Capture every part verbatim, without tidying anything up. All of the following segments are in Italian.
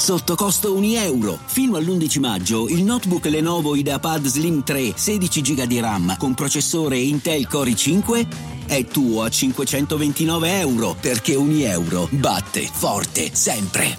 sotto costo un euro. Fino all'undici maggio il notebook Lenovo IdeaPad Slim tre sedici giga di RAM con processore Intel Core i cinque è tuo a cinquecentoventinove euro, perché un euro batte forte sempre.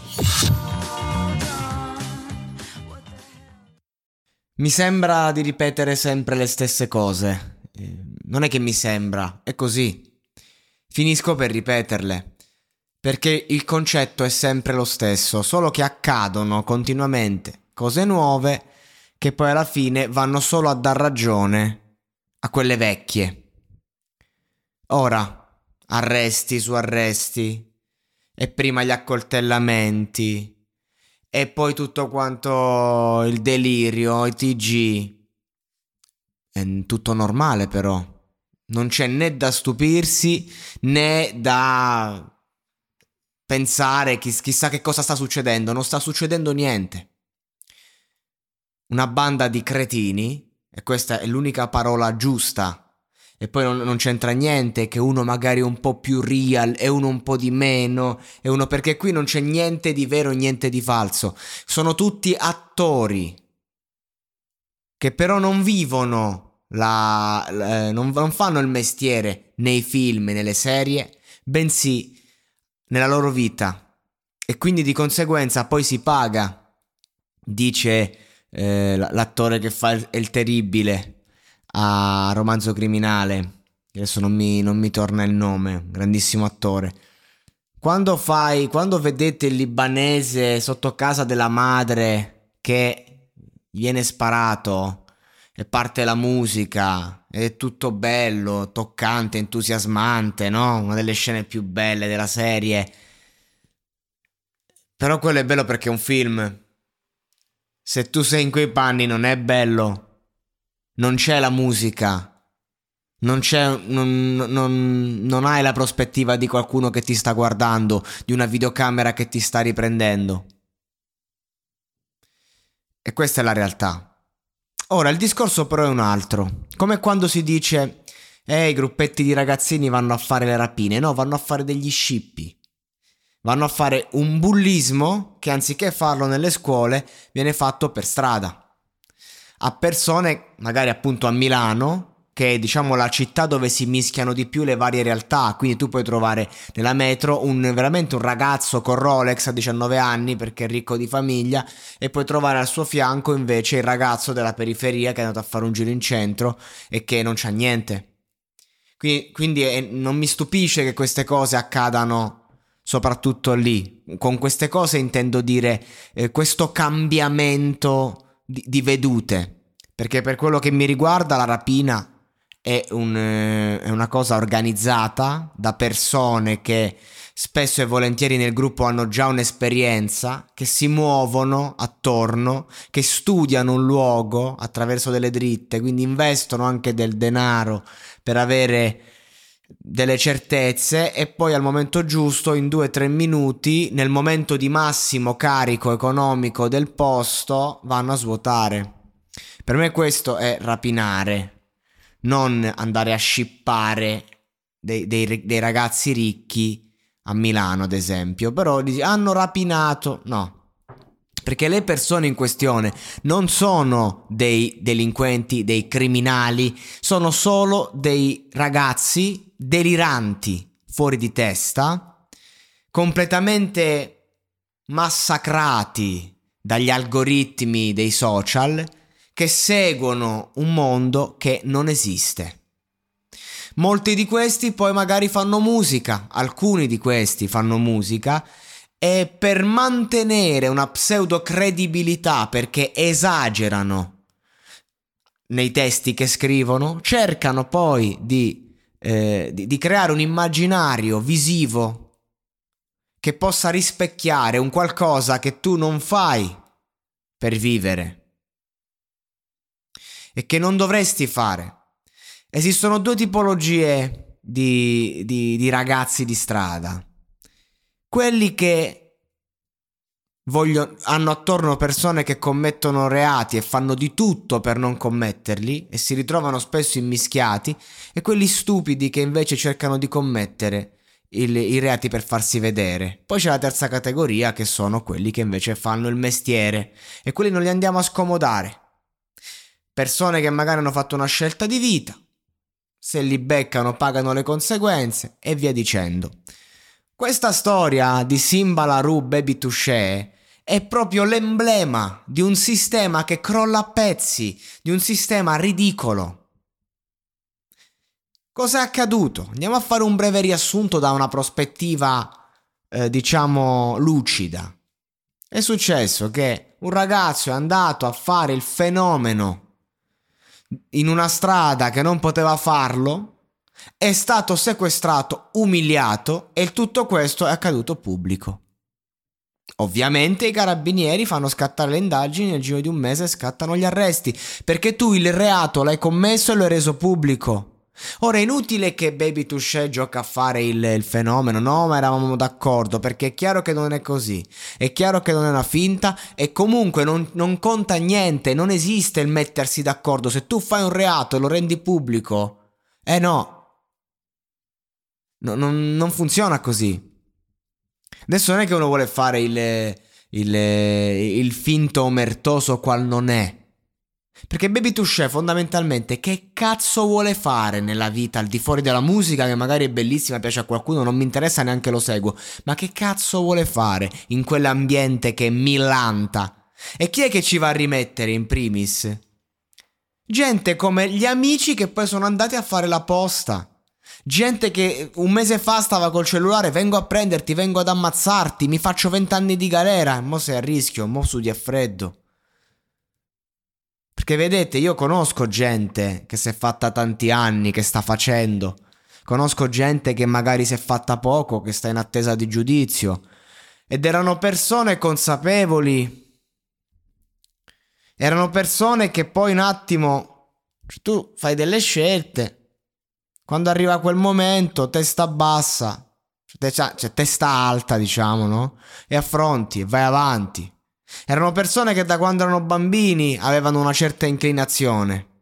Mi sembra di ripetere sempre le stesse cose. Eh, non è che mi sembra, è così. Finisco per ripeterle. Perché il concetto è sempre lo stesso, solo che accadono continuamente cose nuove che poi alla fine vanno solo a dar ragione a quelle vecchie. Ora, arresti su arresti, e prima gli accoltellamenti, e poi tutto quanto il delirio, i T G. È tutto normale però. Non c'è né da stupirsi né da pensare chiss- chissà che cosa sta succedendo. Non sta succedendo niente. Una banda di cretini, e questa è l'unica parola giusta, e poi non, non c'entra niente che uno magari un po' più real e uno un po' di meno, e uno, perché qui non c'è niente di vero, niente di falso. Sono tutti attori che però non vivono la, la non, non fanno il mestiere nei film, nelle serie, bensì nella loro vita, e quindi di conseguenza poi si paga. Dice eh, l'attore che fa il, il terribile a Romanzo Criminale, adesso non mi, non mi torna il nome, grandissimo attore. Quando fai, quando vedete il libanese sotto casa della madre che viene sparato e parte la musica, è tutto bello, toccante, entusiasmante, no? Una delle scene più belle della serie. Però quello è bello perché è un film. Se tu sei in quei panni non è bello. Non c'è la musica. Non c'è, non, non, non hai la prospettiva di qualcuno che ti sta guardando, di una videocamera che ti sta riprendendo. E questa è la realtà. Ora, il discorso però è un altro. Come quando si dice eh, i gruppetti di ragazzini vanno a fare le rapine. No, vanno a fare degli scippi. Vanno a fare un bullismo che anziché farlo nelle scuole viene fatto per strada. A persone, magari appunto a Milano, che è diciamo la città dove si mischiano di più le varie realtà. Quindi tu puoi trovare nella metro un veramente un ragazzo con Rolex a diciannove anni perché è ricco di famiglia, e puoi trovare al suo fianco invece il ragazzo della periferia che è andato a fare un giro in centro e che non c'ha niente. Quindi, quindi eh, non mi stupisce che queste cose accadano soprattutto lì. Con queste cose intendo dire eh, questo cambiamento di, di vedute, perché per quello che mi riguarda la rapina è, un, eh, è una cosa organizzata da persone che spesso e volentieri nel gruppo hanno già un'esperienza, che si muovono attorno, che studiano un luogo attraverso delle dritte, quindi investono anche del denaro per avere delle certezze, e poi al momento giusto, in due o tre minuti, nel momento di massimo carico economico del posto, vanno a svuotare. Per me questo è rapinare, non andare a scippare dei, dei, dei ragazzi ricchi a Milano ad esempio. Però dici, hanno rapinato, no, perché le persone in questione non sono dei delinquenti, dei criminali, sono solo dei ragazzi deliranti, fuori di testa, completamente massacrati dagli algoritmi dei social, che seguono un mondo che non esiste. Molti di questi poi magari fanno musica, alcuni di questi fanno musica, e per mantenere una pseudo credibilità, perché esagerano nei testi che scrivono, cercano poi di, eh, di, di creare un immaginario visivo che possa rispecchiare un qualcosa che tu non fai per vivere e che non dovresti fare. Esistono due tipologie di, di, di ragazzi di strada: quelli che vogliono, hanno attorno persone che commettono reati e fanno di tutto per non commetterli e si ritrovano spesso immischiati, e quelli stupidi che invece cercano di commettere il, i reati per farsi vedere. Poi c'è la terza categoria, che sono quelli che invece fanno il mestiere, e quelli non li andiamo a scomodare. Persone che magari hanno fatto una scelta di vita, se li beccano pagano le conseguenze e via dicendo. Questa storia di Simba Larue Baby Touché è proprio l'emblema di un sistema che crolla a pezzi, di un sistema ridicolo. Cosa è accaduto? Andiamo a fare un breve riassunto da una prospettiva, eh, diciamo, lucida. È successo che un ragazzo è andato a fare il fenomeno in una strada che non poteva farlo, è stato sequestrato, umiliato, e tutto questo è accaduto pubblico. Ovviamente i carabinieri fanno scattare le indagini, nel giro di un mese scattano gli arresti, perché tu il reato l'hai commesso e lo hai reso pubblico. Ora è inutile che Baby Touché gioca a fare il, il fenomeno, no, ma eravamo d'accordo, perché è chiaro che non è così, è chiaro che non è una finta, e comunque non, non conta niente, non esiste il mettersi d'accordo. Se tu fai un reato e lo rendi pubblico, eh no, no non, non funziona così. Adesso non è che uno vuole fare il, il, il finto omertoso qual non è. Perché Baby Touché fondamentalmente che cazzo vuole fare nella vita, al di fuori della musica, che magari è bellissima, piace a qualcuno, non mi interessa, neanche lo seguo, ma che cazzo vuole fare in quell'ambiente che è millanta? E chi è che ci va a rimettere in primis? Gente come gli amici che poi sono andati a fare la posta. Gente che un mese fa stava col cellulare: vengo a prenderti, vengo ad ammazzarti, mi faccio vent'anni di galera. Mo sei a rischio, mo sudi a freddo. Perché vedete, io conosco gente che si è fatta tanti anni, che sta facendo. Conosco gente che magari si è fatta poco, che sta in attesa di giudizio. Ed erano persone consapevoli. Erano persone che poi un attimo, tu fai delle scelte. Quando arriva quel momento, testa bassa, cioè testa alta, diciamo, no? E affronti, e vai avanti. Erano persone che da quando erano bambini avevano una certa inclinazione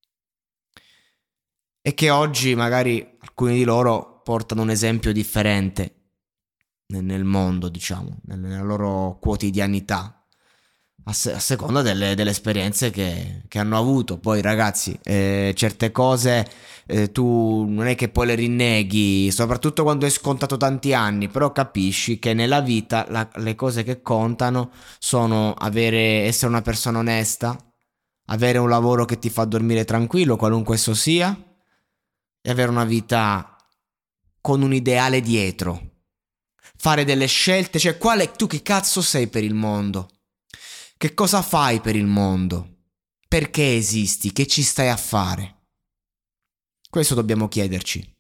e che oggi magari alcuni di loro portano un esempio differente nel mondo, diciamo, nella loro quotidianità, a, se- a seconda delle, delle esperienze che, che hanno avuto. Poi ragazzi, eh, certe cose eh, tu non è che poi le rinneghi, soprattutto quando hai scontato tanti anni, però capisci che nella vita la, le cose che contano sono avere, essere una persona onesta, avere un lavoro che ti fa dormire tranquillo, qualunque esso sia, e avere una vita con un ideale dietro, fare delle scelte. Cioè, quale, tu che cazzo sei per il mondo? Che cosa fai per il mondo? Perché esisti? Che ci stai a fare? Questo dobbiamo chiederci.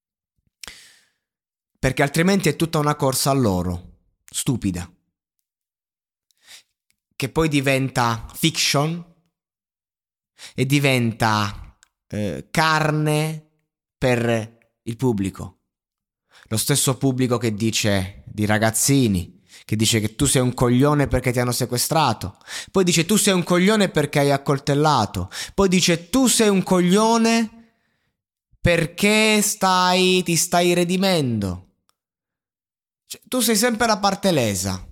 Perché altrimenti è tutta una corsa a loro, stupida, che poi diventa fiction e diventa eh, carne per il pubblico. Lo stesso pubblico che dice di ragazzini, che dice che tu sei un coglione perché ti hanno sequestrato, poi dice tu sei un coglione perché hai accoltellato, poi dice tu sei un coglione perché stai, ti stai redimendo. Cioè, tu sei sempre la parte lesa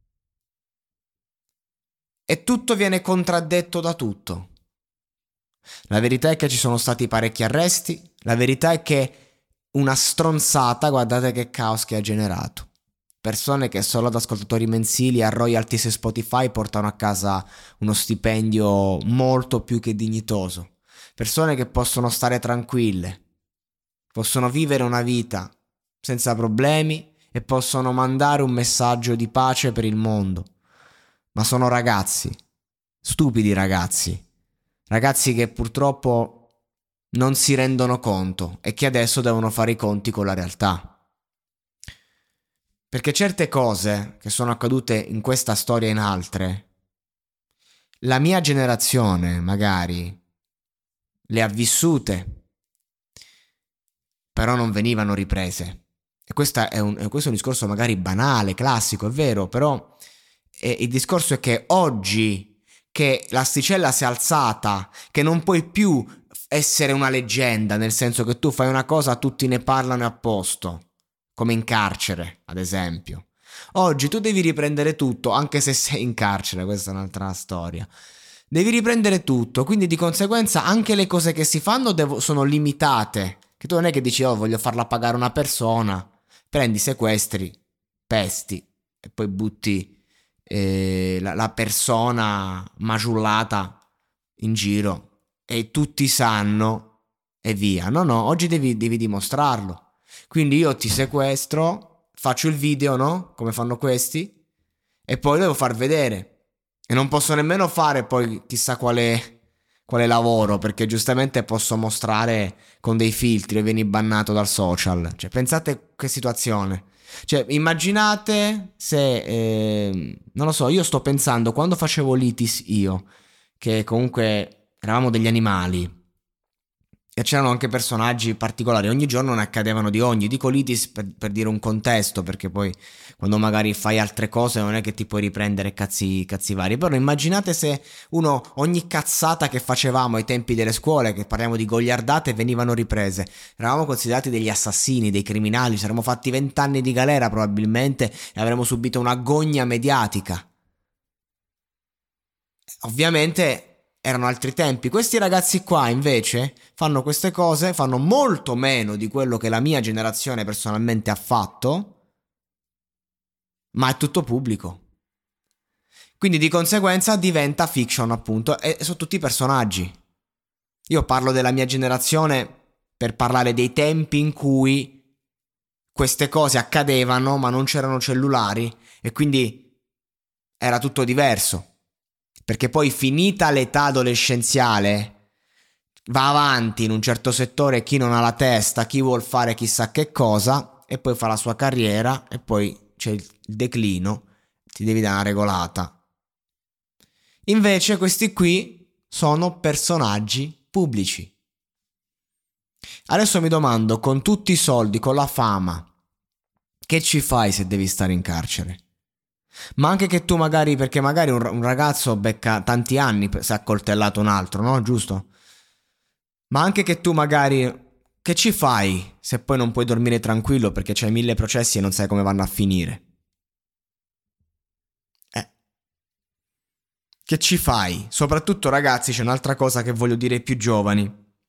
e tutto viene contraddetto da tutto. La verità è che ci sono stati parecchi arresti, la verità è che una stronzata, guardate che caos che ha generato. Persone che solo ad ascoltatori mensili a royalties e Spotify portano a casa uno stipendio molto più che dignitoso. Persone che possono stare tranquille, possono vivere una vita senza problemi e possono mandare un messaggio di pace per il mondo. Ma sono ragazzi, stupidi ragazzi, ragazzi che purtroppo non si rendono conto e che adesso devono fare i conti con la realtà. Perché certe cose che sono accadute in questa storia e in altre, la mia generazione magari le ha vissute, però non venivano riprese. E questo è un, questo è un discorso magari banale, classico, è vero, però eh, il discorso è che oggi che l'asticella si è alzata, che non puoi più essere una leggenda, nel senso che tu fai una cosa, tutti ne parlano e a posto. come in carcere, ad esempio. Oggi tu devi riprendere tutto, anche se sei in carcere, questa è un'altra storia. Devi riprendere tutto, quindi di conseguenza anche le cose che si fanno devo, sono limitate. Che tu non è che dici, oh, voglio farla pagare una persona, prendi, sequestri, pesti e poi butti eh, la, la persona maciullata in giro e tutti sanno e via. No, no, oggi devi, devi dimostrarlo. Quindi io ti sequestro, faccio il video, no? Come fanno questi, e poi devo far vedere. E non posso nemmeno fare poi chissà quale, quale lavoro, perché giustamente posso mostrare con dei filtri e vieni bannato dal social. Cioè, pensate che situazione. Cioè, immaginate se, eh, non lo so, io sto pensando, quando facevo l'Itis io, che comunque eravamo degli animali, e c'erano anche personaggi particolari, ogni giorno ne accadevano di ogni. Dico l'Itis per, per dire un contesto, perché poi quando magari fai altre cose non è che ti puoi riprendere cazzi, cazzi vari. Però immaginate se uno, ogni cazzata che facevamo ai tempi delle scuole, che parliamo di goliardate, venivano riprese. Eravamo considerati degli assassini, dei criminali, ci saremmo fatti vent'anni di galera probabilmente e avremmo subito una gogna mediatica. Ovviamente erano altri tempi. Questi ragazzi qua invece fanno queste cose, fanno molto meno di quello che la mia generazione personalmente ha fatto, ma è tutto pubblico. Quindi di conseguenza diventa fiction, appunto, e sono tutti personaggi. Io parlo della mia generazione per parlare dei tempi in cui queste cose accadevano, ma non c'erano cellulari e quindi era tutto diverso. Perché poi, finita l'età adolescenziale, va avanti in un certo settore chi non ha la testa, chi vuol fare chissà che cosa, e poi fa la sua carriera e poi c'è il declino, ti devi dare una regolata. Invece questi qui sono personaggi pubblici. Adesso mi domando, con tutti i soldi, con la fama, che ci fai se devi stare in carcere? Ma anche che tu magari, perché magari un, un ragazzo becca tanti anni se ha accoltellato un altro, no? Giusto? Ma anche che tu magari, che ci fai se poi non puoi dormire tranquillo perché c'hai mille processi e non sai come vanno a finire? Eh. Che ci fai? Soprattutto, ragazzi, c'è un'altra cosa che voglio dire ai più giovani.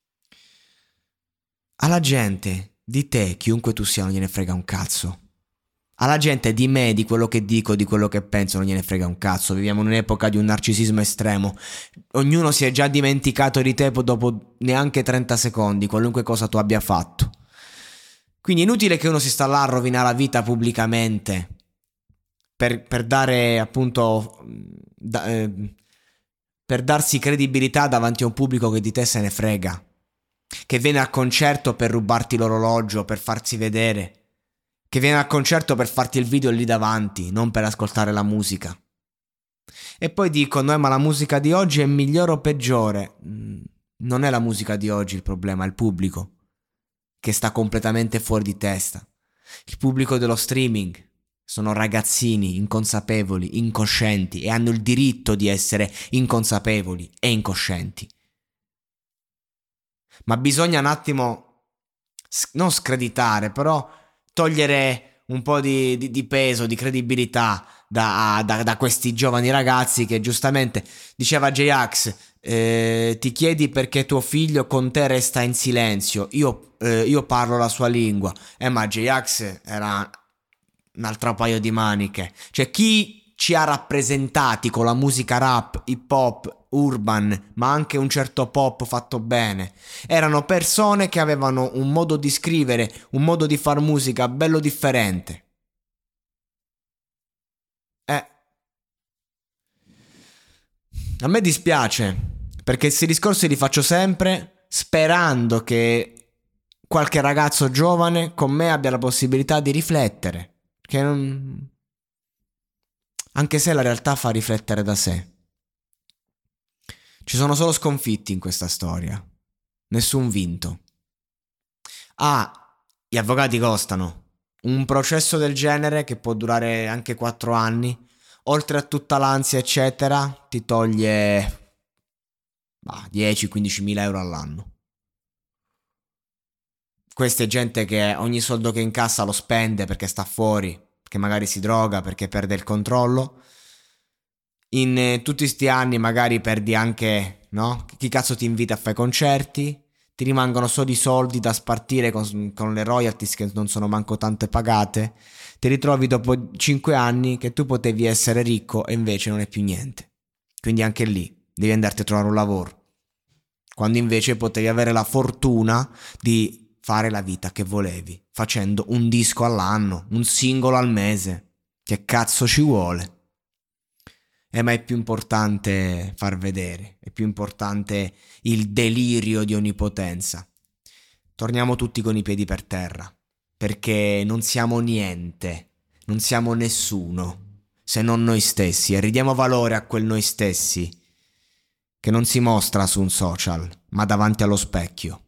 Alla gente, di te, chiunque tu sia, non gliene frega un cazzo. Alla gente di me, di quello che dico, di quello che penso, non gliene frega un cazzo. Viviamo in un'epoca di un narcisismo estremo. Ognuno si è già dimenticato di te dopo neanche trenta secondi, qualunque cosa tu abbia fatto. Quindi è inutile che uno si sta là a rovinare la vita pubblicamente per, per dare appunto da, eh, per darsi credibilità davanti a un pubblico che di te se ne frega, che viene al concerto per rubarti l'orologio, per farsi vedere, che viene al concerto per farti il video lì davanti, non per ascoltare la musica. E poi dicono, eh, ma la musica di oggi è migliore o peggiore? Non è la musica di oggi il problema, è il pubblico che sta completamente fuori di testa. Il pubblico dello streaming sono ragazzini inconsapevoli, incoscienti, e hanno il diritto di essere inconsapevoli e incoscienti. Ma bisogna un attimo non screditare, però togliere un po' di, di, di peso, di credibilità da, da, da questi giovani ragazzi che giustamente, diceva J-Ax, eh, ti chiedi perché tuo figlio con te resta in silenzio, io, eh, io parlo la sua lingua. Eh, ma J-Ax era un altro paio di maniche. Cioè, chi ci ha rappresentati con la musica rap, hip hop, urban, ma anche un certo pop fatto bene, erano persone che avevano un modo di scrivere, un modo di far musica bello differente. Eh, a me dispiace, perché questi discorsi li faccio sempre sperando che qualche ragazzo giovane con me abbia la possibilità di riflettere, che non... anche se la realtà fa riflettere da sé. Ci sono solo sconfitti in questa storia, nessun vinto. Ah, gli avvocati costano. Un processo del genere, che può durare anche quattro anni, oltre a tutta l'ansia eccetera, ti toglie bah, dieci quindici mila euro all'anno. Questa è gente che ogni soldo che incassa lo spende perché sta fuori, perché magari si droga, perché perde il controllo. In eh, tutti sti anni magari perdi anche, no? Chi cazzo ti invita a fare concerti? Ti rimangono solo i soldi da spartire con, con le royalties che non sono manco tante pagate. Ti ritrovi dopo cinque anni che tu potevi essere ricco e invece non è più niente. Quindi anche lì devi andarti a trovare un lavoro, quando invece potevi avere la fortuna di fare la vita che volevi, facendo un disco all'anno, un singolo al mese. Che cazzo ci vuole? Eh, ma è più importante far vedere, è più importante il delirio di onnipotenza. Torniamo tutti con i piedi per terra, perché non siamo niente, non siamo nessuno, se non noi stessi, e ridiamo valore a quel noi stessi che non si mostra su un social, ma davanti allo specchio.